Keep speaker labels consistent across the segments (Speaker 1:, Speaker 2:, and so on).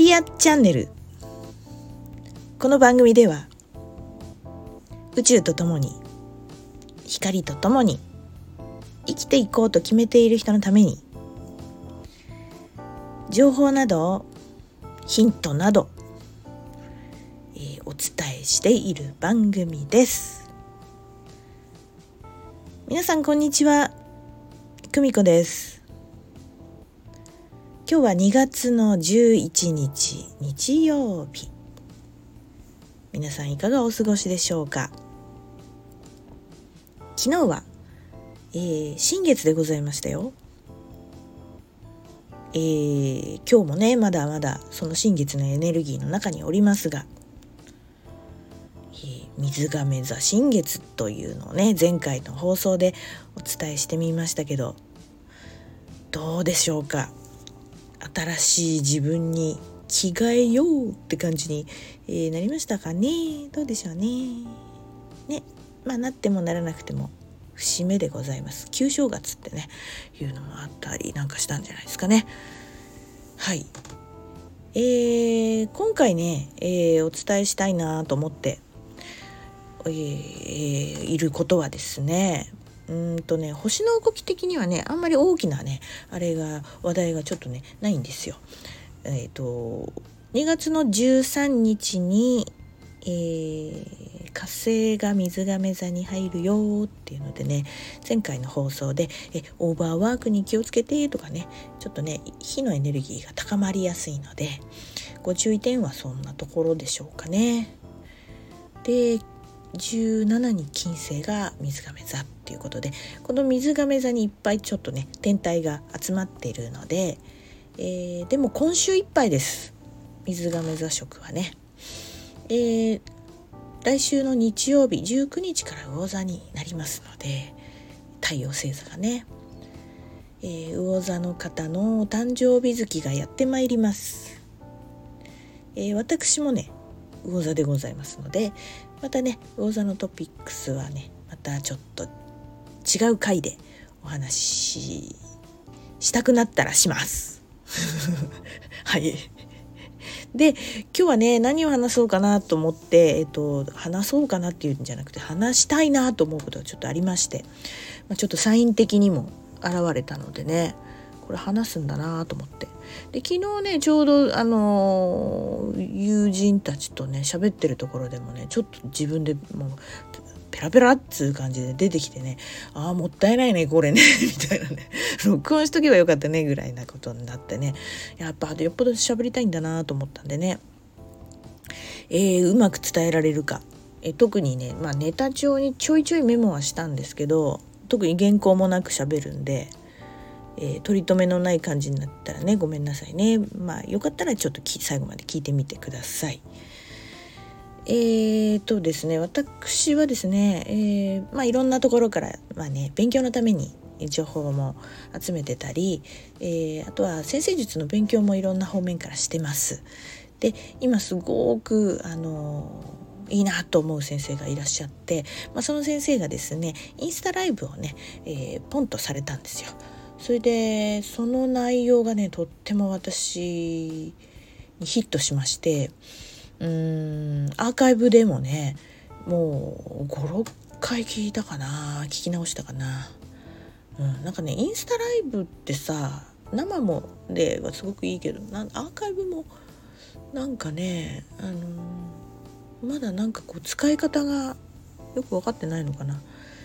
Speaker 1: リアチャンネル。この番組では宇宙とともに、光とともに生きていこうと決めている人のために、情報などヒントなど、お伝えしている番組です。皆さんこんにちは、久美子です。今日は2月の11日日曜日。皆さんいかがお過ごしでしょうか。昨日は、新月でございましたよ。今日もねまだまだその新月のエネルギーの中におりますが、水亀座新月というのをね前回の放送でお伝えしてみましたけど、どうでしょうか。新しい自分に着替えようって感じに、なりましたかね。どうでしょうね。なってもならなくても節目でございます。旧正月ってねいうのもあったりなんかしたんじゃないですかね。はい、今回ね、お伝えしたいなと思って、いることはですね、星の動き的にはねあんまり大きなね話題がちょっとねないんですよ。2月の13日に、火星が水亀座に入るよっていうのでね、前回の放送でオーバーワークに気をつけてとかね、ちょっとね火のエネルギーが高まりやすいのでご注意点はそんなところでしょうかね。で17に金星が水亀座っていうことで、この水亀座にいっぱいちょっとね天体が集まっているので、でも今週いっぱいです、水亀座食はね。来週の日曜日19日から魚座になりますので、太陽星座がね、魚座の方のお誕生日月がやってまいります。私もね魚座でございますので、またね魚座のトピックスはねまたちょっと違う回でお話ししたくなったらしますはい。で今日はね何を話そうかなと思って、話そうかなっていうんじゃなくて話したいなと思うことがちょっとありまして、ちょっとサイン的にも現れたのでね、これ話すんだなと思って、で昨日ねちょうど友人たちとね喋ってるところでもねちょっと自分でもうペラペラっつう感じで出てきてね、もったいないねこれねみたいなね、録音しとけばよかったねぐらいなことになってね、やっぱよっぽど喋りたいんだなと思ったんでね、うまく伝えられるか、特にね、ネタ帳にちょいちょいメモはしたんですけど、特に原稿もなく喋るんで、取り留めのない感じになったらねごめんなさいね。よかったらちょっと最後まで聞いてみてください。ですね、私はですね、いろんなところから、勉強のために情報も集めてたり、あとは先生術の勉強もいろんな方面からしてます。で今すごくいいなと思う先生がいらっしゃって、その先生がですねインスタライブをね、ポンとされたんですよ。それでその内容がねとっても私にヒットしまして、アーカイブでもねもう 5,6 回聞いたかな、聞き直したかな。なんかねインスタライブってさ生もではすごくいいけどアーカイブもなんかね、まだなんかこう使い方がよく分かってないのかな。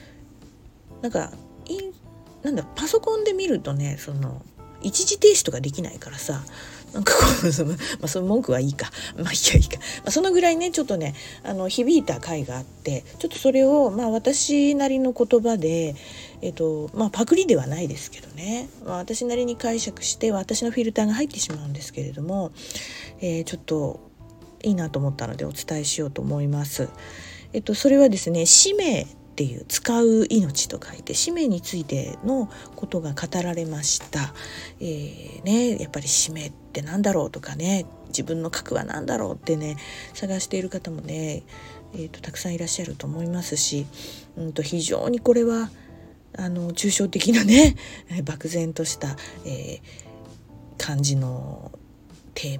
Speaker 1: パソコンで見るとねその一時停止とかできないからさ、なんかこうその文句はいいか、いいか、そのぐらいねちょっとね響いた回があって、ちょっとそれを私なりの言葉でパクリではないですけどね、私なりに解釈して私のフィルターが入ってしまうんですけれども、ちょっといいなと思ったのでお伝えしようと思います。それはですね、使命っていう使う命と書いて使命についてのことが語られました。やっぱり使命ってなんだろうとかね、自分の核はなんだろうってね探している方もね、たくさんいらっしゃると思いますし、非常にこれは抽象的なね漠然とした、感じのテーマ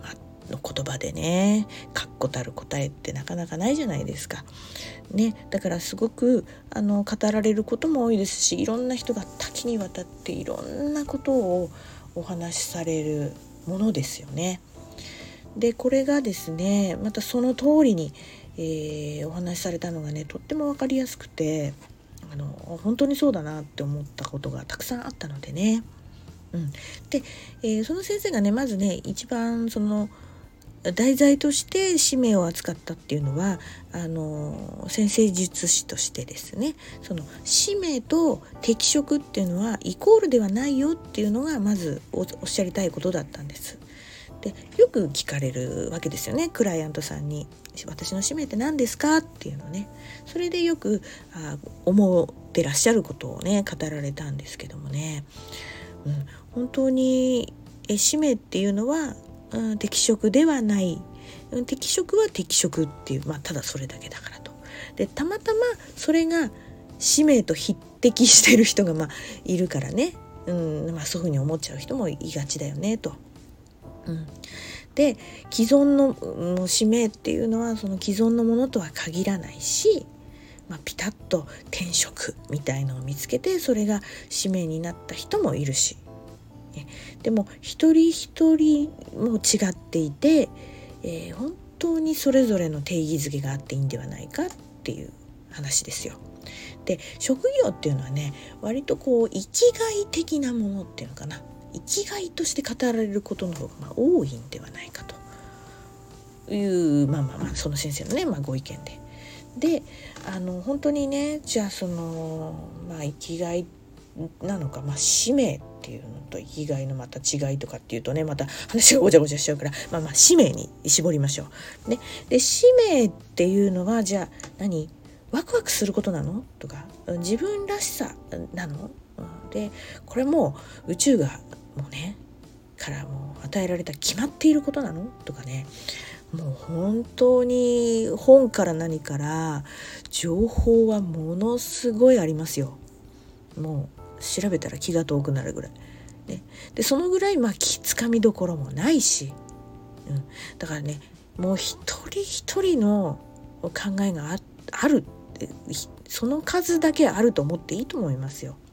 Speaker 1: の言葉でね確固たる答えってなかなかないじゃないですか、ね、だからすごく語られることも多いですし、いろんな人が多岐にわたっていろんなことをお話しされるものですよね。でこれがですねまたその通りに、お話しされたのがねとっても分かりやすくて本当にそうだなって思ったことがたくさんあったのでね、で、その先生がねまずね一番その題材として使命を扱ったっていうのは先生術師としてですね、その使命と適職っていうのはイコールではないよっていうのがまずおっしゃりたいことだったんです。でよく聞かれるわけですよね、クライアントさんに私の使命って何ですかっていうのね。それでよく思ってらっしゃることをね語られたんですけどもね、本当に使命っていうのは適職ではない、適職は適職っていう、ただそれだけだからと。でたまたまそれが使命と匹敵してる人がいるからね、そういうふうに思っちゃう人もいがちだよねと。で既存の使命っていうのはその既存のものとは限らないし、ピタッと転職みたいのを見つけてそれが使命になった人もいるし、でも一人一人も違っていて、本当にそれぞれの定義づけがあっていいんではないかっていう話ですよ。で職業っていうのはね割と生きがい的なものっていうのかな、生きがいとして語られることの方が多いんではないかというその先生のね、ご意見で本当にねじゃあその、生きがいなのか、使命っていうのと生きがいのまた違いとかっていうとねまた話がごちゃごちゃしちゃうから、使命に絞りましょう。で使命っていうのはじゃあワクワクすることなのとか自分らしさなのでこれも宇宙がもうねからもう与えられた決まっていることなのとかね、もう本当に本から何から情報はものすごいありますよ。もう調べたら気が遠くなるぐらい、でそのぐらいつかみどころもないし、だからねもう一人一人の考えがあるその数だけあると思っていいと思いますよ。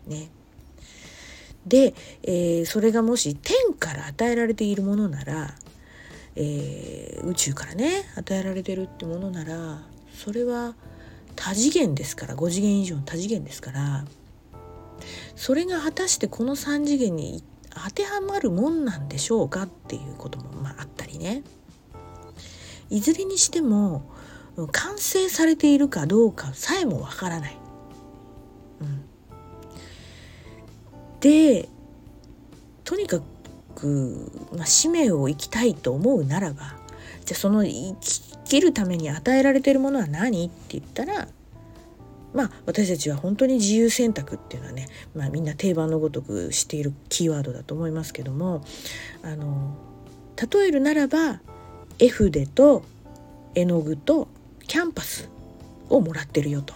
Speaker 1: で、それがもし天から与えられているものなら、宇宙からね与えられてるってものならそれは多次元ですから、5次元以上の多次元ですから、それが果たしてこの3次元に当てはまるもんなんでしょうかっていうこともあったりね、いずれにしても完成されているかどうかさえもわからない、でとにかく、使命を生きたいと思うならばじゃあその生きるために与えられているものは何って言ったら私たちは本当に自由選択っていうのはね、みんな定番のごとく知っているキーワードだと思いますけども、例えるならば絵筆と絵の具とキャンパスをもらってるよと、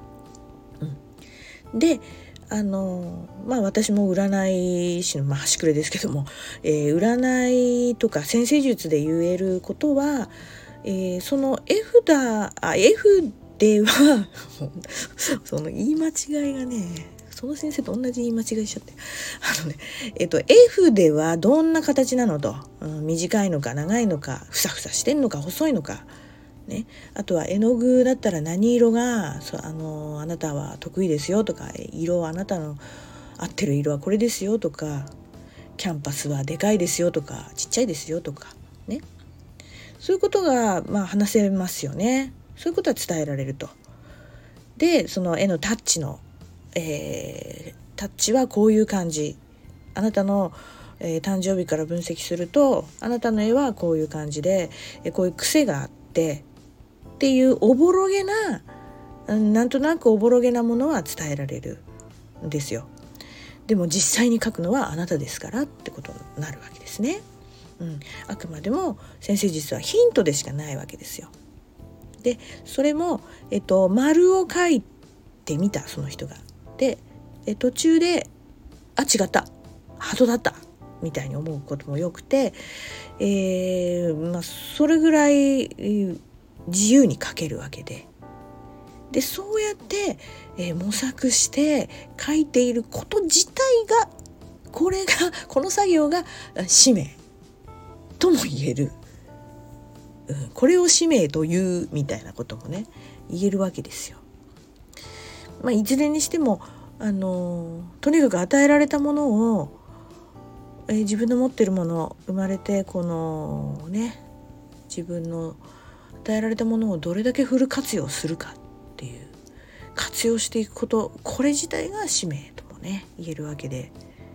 Speaker 1: で私も占い師の端くれですけども、占いとか占星術で言えることは、その絵筆はその言い間違いがねその先生と同じ言い間違いしちゃって絵筆はどんな形なのと、短いのか長いのかふさふさしてんのか細いのかあとは絵の具だったら何色があなたは得意ですよとか、色あなたの合ってる色はこれですよとか、キャンパスはでかいですよとかちっちゃいですよとかね、そういうことが話せますよね。そういうことは伝えられると。でその絵のタッチの、タッチはこういう感じ、あなたの誕生日から分析するとあなたの絵はこういう感じで、こういう癖があってっていうおぼろげな、なんとなくおぼろげなものは伝えられるんですよ。でも実際に描くのはあなたですからってことになるわけですね。あくまでも先生術はヒントでしかないわけですよ。でそれも、丸を描いてみたその人が。で途中で違ったハートだったみたいに思うこともよくて、それぐらい自由に書けるわけで、そうやって、模索して書いていること自体が、この作業が使命とも言える、これを使命というみたいなこともね言えるわけですよ。いずれにしてもとにかく与えられたものを、自分の持っているもの、生まれてこのね自分の与えられたものをどれだけフル活用するかっていう、活用していくこと、これ自体が使命ともね言えるわけで、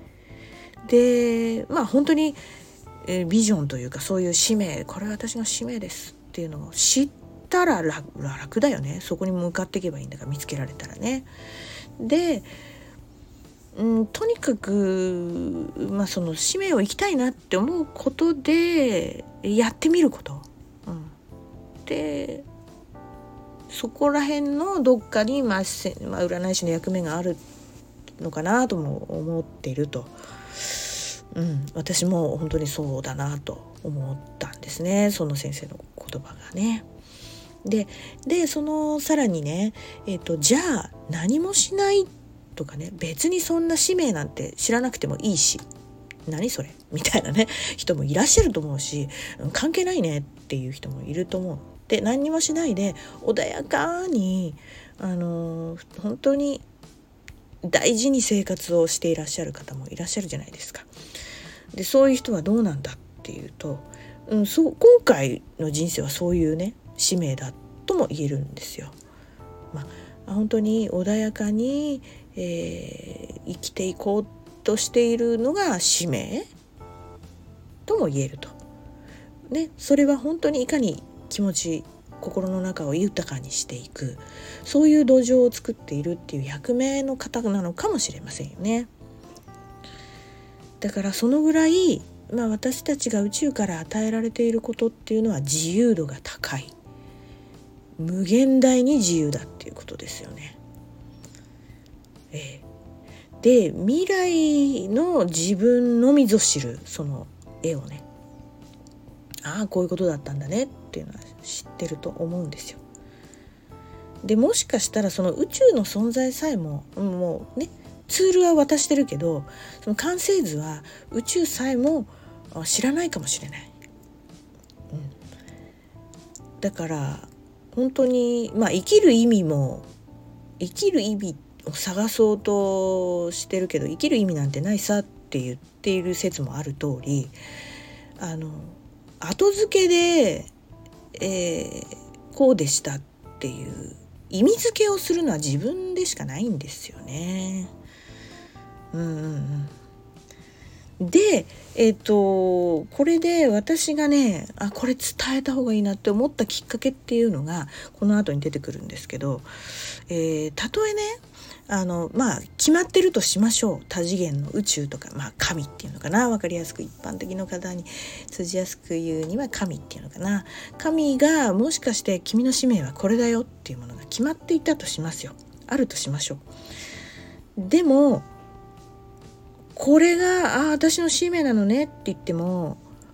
Speaker 1: 本当にビジョンというか、そういう使命、これは私の使命ですっていうのを知ったら楽だよね。そこに向かっていけばいいんだから、見つけられたらね。で、とにかく、その使命を生きたいなって思うことでやってみること、でそこら辺のどっかに、占い師の役目があるのかなとも思っていると、私も本当にそうだなと思ったんですね、その先生の言葉がね。でそのさらにね、じゃあ何もしないとかね、別にそんな使命なんて知らなくてもいいし、何それみたいなね人もいらっしゃると思うし、関係ないねっていう人もいると思う。で、何にもしないで穏やかに本当に大事に生活をしていらっしゃる方もいらっしゃるじゃないですか。で、そういう人はどうなんだっていうと、今回の人生はそういうね使命だとも言えるんですよ。本当に穏やかに、生きていこうとしているのが使命とも言えると、ね、それは本当にいかに気持ち、心の中を豊かにしていく、そういう土壌を作っているっていう役目の方なのかもしれませんよね。だからそのぐらい、私たちが宇宙から与えられていることっていうのは自由度が高い、無限大に自由だっていうことですよね。で、未来の自分のみぞ知るその絵をね、こういうことだったんだねっていうのは知ってると思うんですよ。で、もしかしたらその宇宙の存在さえも、もうねツールは渡してるけど、その完成図は宇宙さえも知らないかもしれない、だから本当に生きる意味を探そうとしてるけど、生きる意味なんてないさって言っている説もある通り、後付けで、こうでしたっていう意味付けをするのは自分でしかないんですよね。で、これで私がね、これ伝えた方がいいなって思ったきっかけっていうのがこの後に出てくるんですけど、たとえね決まってるとしましょう。多次元の宇宙とか、神っていうのかな、分かりやすく一般的の方に通じやすく言うには神っていうのかな。神がもしかして君の使命はこれだよっていうものが決まっていたとしますよ。あるとしましょう。でもこれが私の使命なのねって言っても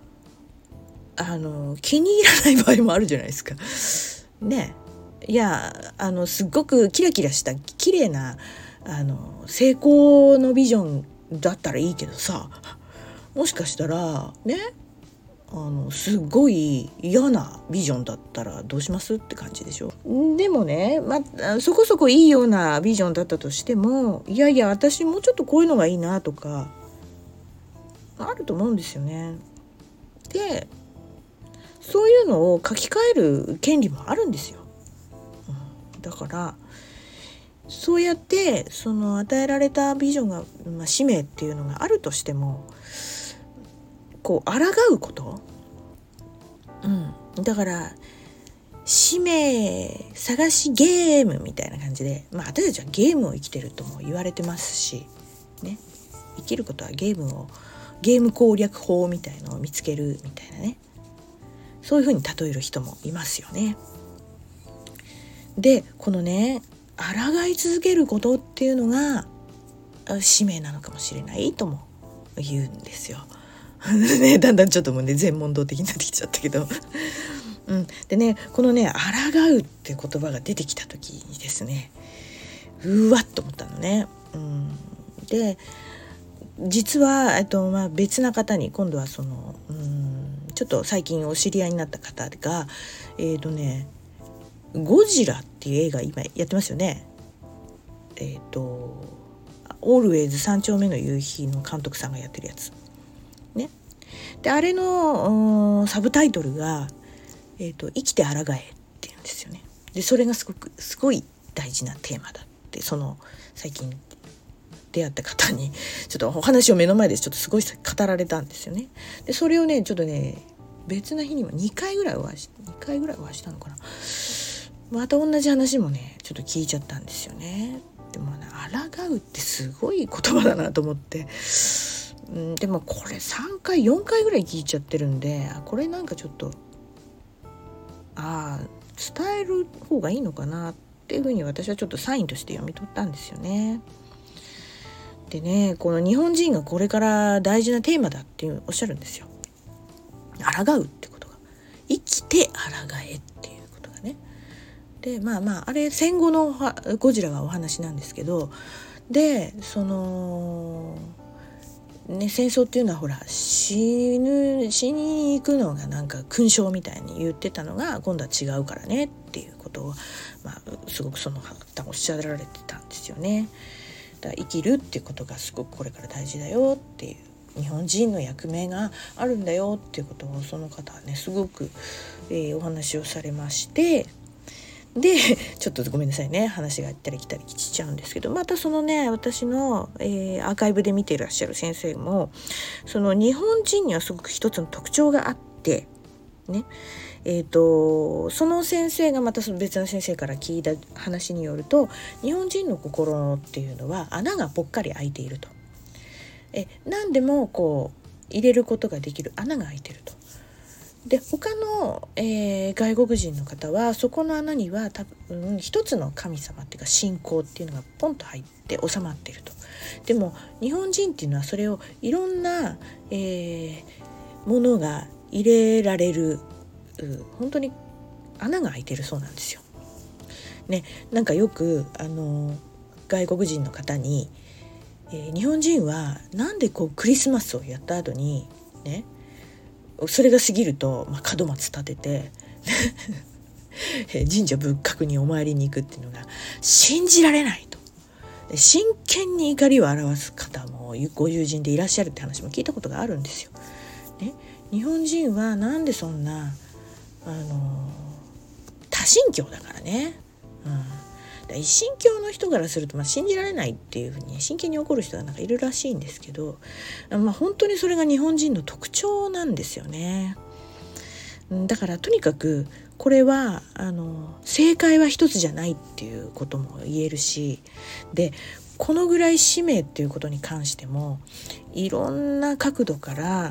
Speaker 1: 気に入らない場合もあるじゃないですかね。いやすっごくキラキラした綺麗な成功のビジョンだったらいいけどさ、もしかしたらねすごい嫌なビジョンだったらどうしますって感じでしょ。でもね、そこそこいいようなビジョンだったとしても、いやいや私もうちょっとこういうのがいいなとかあると思うんですよね。で、そういうのを書き換える権利もあるんですよ。だからそうやってその与えられたビジョンが、使命っていうのがあるとしても抗うこと、だから使命探しゲームみたいな感じで、私たちはゲームを生きてるとも言われてますしね、生きることはゲーム攻略法みたいのを見つけるみたいなね、そういうふうに例える人もいますよね。で、このね抗い続けることっていうのが使命なのかもしれないとも言うんですよね、だんだんちょっともうね全問答的になってきちゃったけどでね、このね抗うって言葉が出てきた時にですね、うわっと思ったのね。で実は別な方に今度はちょっと最近お知り合いになった方がゴジラっていう映画今やってますよね。オールウェイズ三丁目の夕日の監督さんがやってるやつね。であれのサブタイトルが、生きて抗えっていうんですよね。でそれがすごい大事なテーマだって最近出会った方にちょっとお話を目の前でちょっとすごい語られたんですよね。でそれをねちょっとね別な日にも2回ぐらいお会いしたのかな。また同じ話もねちょっと聞いちゃったんですよね。でもね抗うってすごい言葉だなと思って、でもこれ3回4回ぐらい聞いちゃってるんで、これなんかちょっと伝える方がいいのかなっていうふうに私はちょっとサインとして読み取ったんですよね。でね、この日本人がこれから大事なテーマだっておっしゃるんですよ。抗うってことが、生きて抗えっていうことがね。であれ戦後のゴジラがお話なんですけど、で戦争っていうのはほら死に行くのがなんか勲章みたいに言ってたのが今度は違うからねっていうことを、すごくその方おっしゃられてたんですよね。だから生きるっていうことがすごくこれから大事だよっていう、日本人の役目があるんだよっていうことをその方はねすごく、お話をされまして、でちょっとごめんなさいね、話が行ったり来たりしちゃうんですけど、またそのね私の、アーカイブで見ていらっしゃる先生もその日本人にはすごく一つの特徴があってね、その先生がまたその別の先生から聞いた話によると、日本人の心っていうのは穴がぽっかり開いていると、何でもこう入れることができる穴が開いていると。で他の、外国人の方はそこの穴には多分一つの神様っていうか信仰っていうのがポンと入って収まっていると。でも日本人っていうのはそれをいろんな、ものが入れられる、本当に穴が開いてるそうなんですよ。ね、なんかよく外国人の方に、日本人はなんでこうクリスマスをやった後にね、それが過ぎると、門松立てて神社仏閣にお参りに行くっていうのが信じられないと。真剣に怒りを表す方もご友人でいらっしゃるって話も聞いたことがあるんですよ、ね、日本人はなんでそんな多神教だからね、一神教の人からすると、信じられないっていうふうに真剣に怒る人がなんかいるらしいんですけど、本当にそれが日本人の特徴なんですよね。だからとにかくこれは正解は一つじゃないっていうことも言えるし、でこのぐらい使命っていうことに関してもいろんな角度から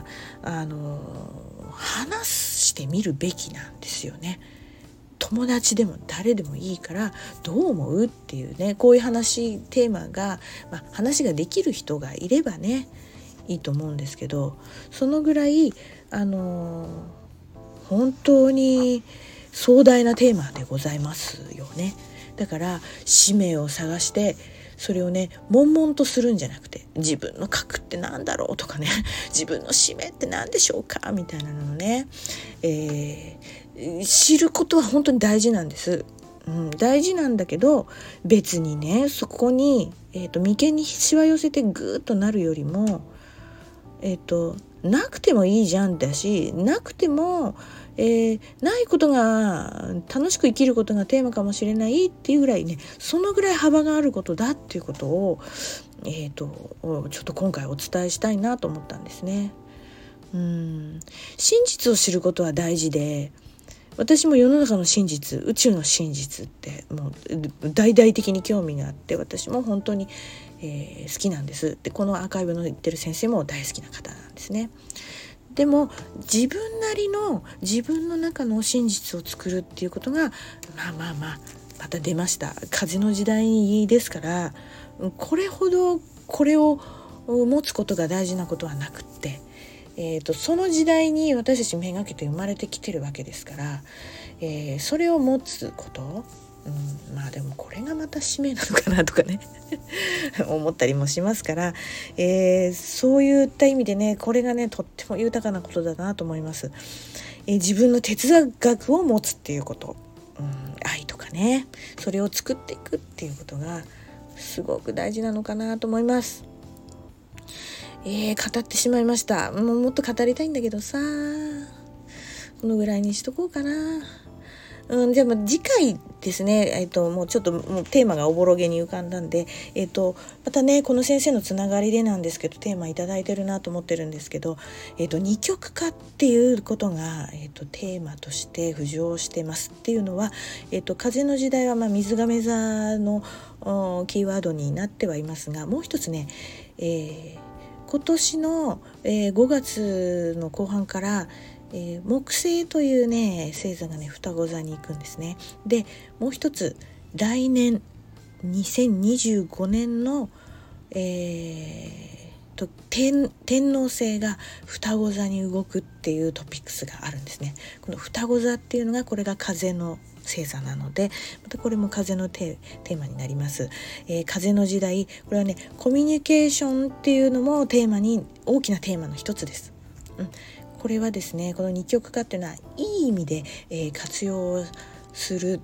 Speaker 1: 話してみるべきなんですよね。友達でも誰でもいいからどう思うっていうね、こういう話テーマが、話ができる人がいればねいいと思うんですけど、そのぐらい本当に壮大なテーマでございますよね。だから使命を探してそれをね悶々とするんじゃなくて、自分の核ってなんだろうとかね、自分の使命って何でしょうかみたいなのをね、知ることは本当に大事なんです、大事なんだけど、別にねそこに、眉間にしわ寄せてグーッとなるよりも、なくてもいいじゃんだし、なくても、ないことが楽しく生きることがテーマかもしれないっていうぐらいね、そのぐらい幅があることだっていうことを、ちょっと今回お伝えしたいなと思ったんですね。真実を知ることは大事で、私も世の中の真実、宇宙の真実ってもう大々的に興味があって、私も本当に、好きなんです。でこのアーカイブの言ってる先生も大好きな方なんですね。でも自分なりの自分の中の真実を作るっていうことがまた出ました。風の時代ですから、これほどこれを持つことが大事なことはなくって、その時代に私たちめがけて生まれてきてるわけですから、それを持つこと、まあでもこれがまた使命なのかなとかね思ったりもしますから、そういった意味でね、これがねとっても豊かなことだなと思います。自分の哲学を持つっていうこと、愛とかね、それを作っていくっていうことがすごく大事なのかなと思います。語ってしまいました。もっと語りたいんだけどさ、このぐらいにしとこうかな。じゃあ次回ですね、もうちょっともうテーマがおぼろげに浮かんだんで、またねこの先生のつながりでなんですけど、テーマいただいてるなと思ってるんですけど、二極化っていうことが、テーマとして浮上してますっていうのは、風の時代は水亀座のキーワードになってはいますが、もう一つね、今年の、5月の後半から木星というね星座がね双子座に行くんですね。でもう一つ来年2025年の、天王星が双子座に動くっていうトピックスがあるんですね。この双子座っていうのが、これが風の星座なので、またこれも風のテーマになります。風の時代、これはねコミュニケーションっていうのも大きなテーマの一つです。これはですね、この二極化っていうのはいい意味で、活用する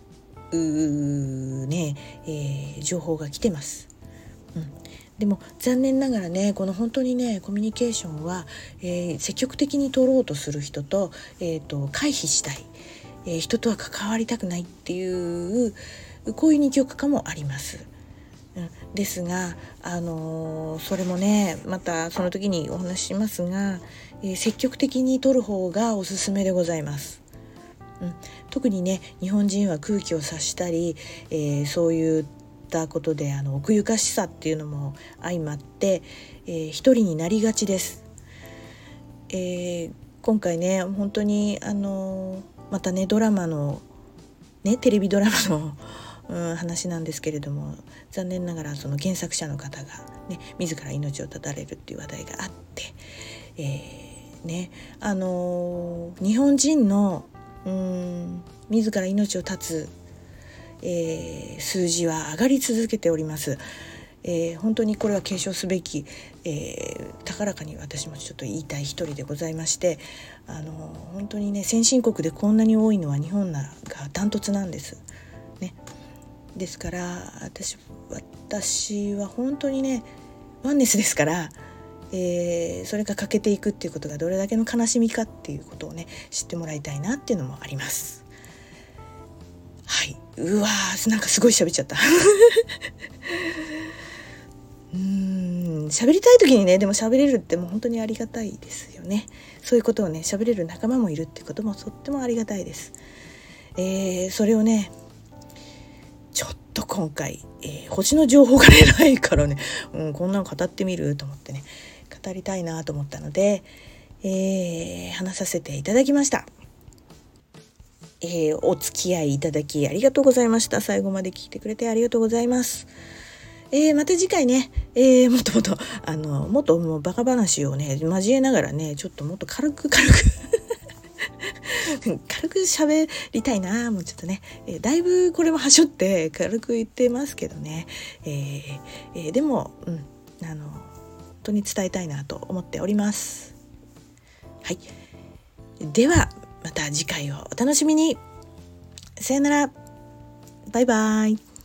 Speaker 1: 情報が来てます。でも残念ながらね、この本当にねコミュニケーションは、積極的に取ろうとする人と、回避したい、人とは関わりたくないっていうこういう二極化もあります。ですが、それもねまたその時にお話ししますが、積極的に取る方がおすすめでございます。特にね日本人は空気を察したり、そういったことで奥ゆかしさっていうのも相まって、一人になりがちです。今回ね本当にまたねドラマのねテレビドラマの話なんですけれども、残念ながらその原作者の方がね自ら命を絶たれるっていう話題があって、日本人の自ら命を絶つ、数字は上がり続けております。本当にこれは継承すべき、高らかに私もちょっと言いたい一人でございまして、本当にね先進国でこんなに多いのは日本がダントツなんですね。ですから私は本当にねワンネスですから、それが欠けていくっていうことがどれだけの悲しみかっていうことをね知ってもらいたいなっていうのもあります。はい、なんかすごい喋っちゃった喋りたい時にねでも喋れるってもう本当にありがたいですよね。そういうことをね喋れる仲間もいるっていうこともとってもありがたいです。それをねちょっと今回、星の情報が出ないからね、こんなの語ってみると思ってね語りたいなと思ったので、話させていただきました。お付き合いいただきありがとうございました。最後まで聞いてくれてありがとうございます。また次回ね、もっともうバカ話をね交えながらねちょっともっと軽く喋りたいな。もうちょっとね、だいぶこれもはしょって軽く言ってますけどね、でも、本当に伝えたいなと思っております。はい、ではまた次回をお楽しみに。さよなら、バイバイ。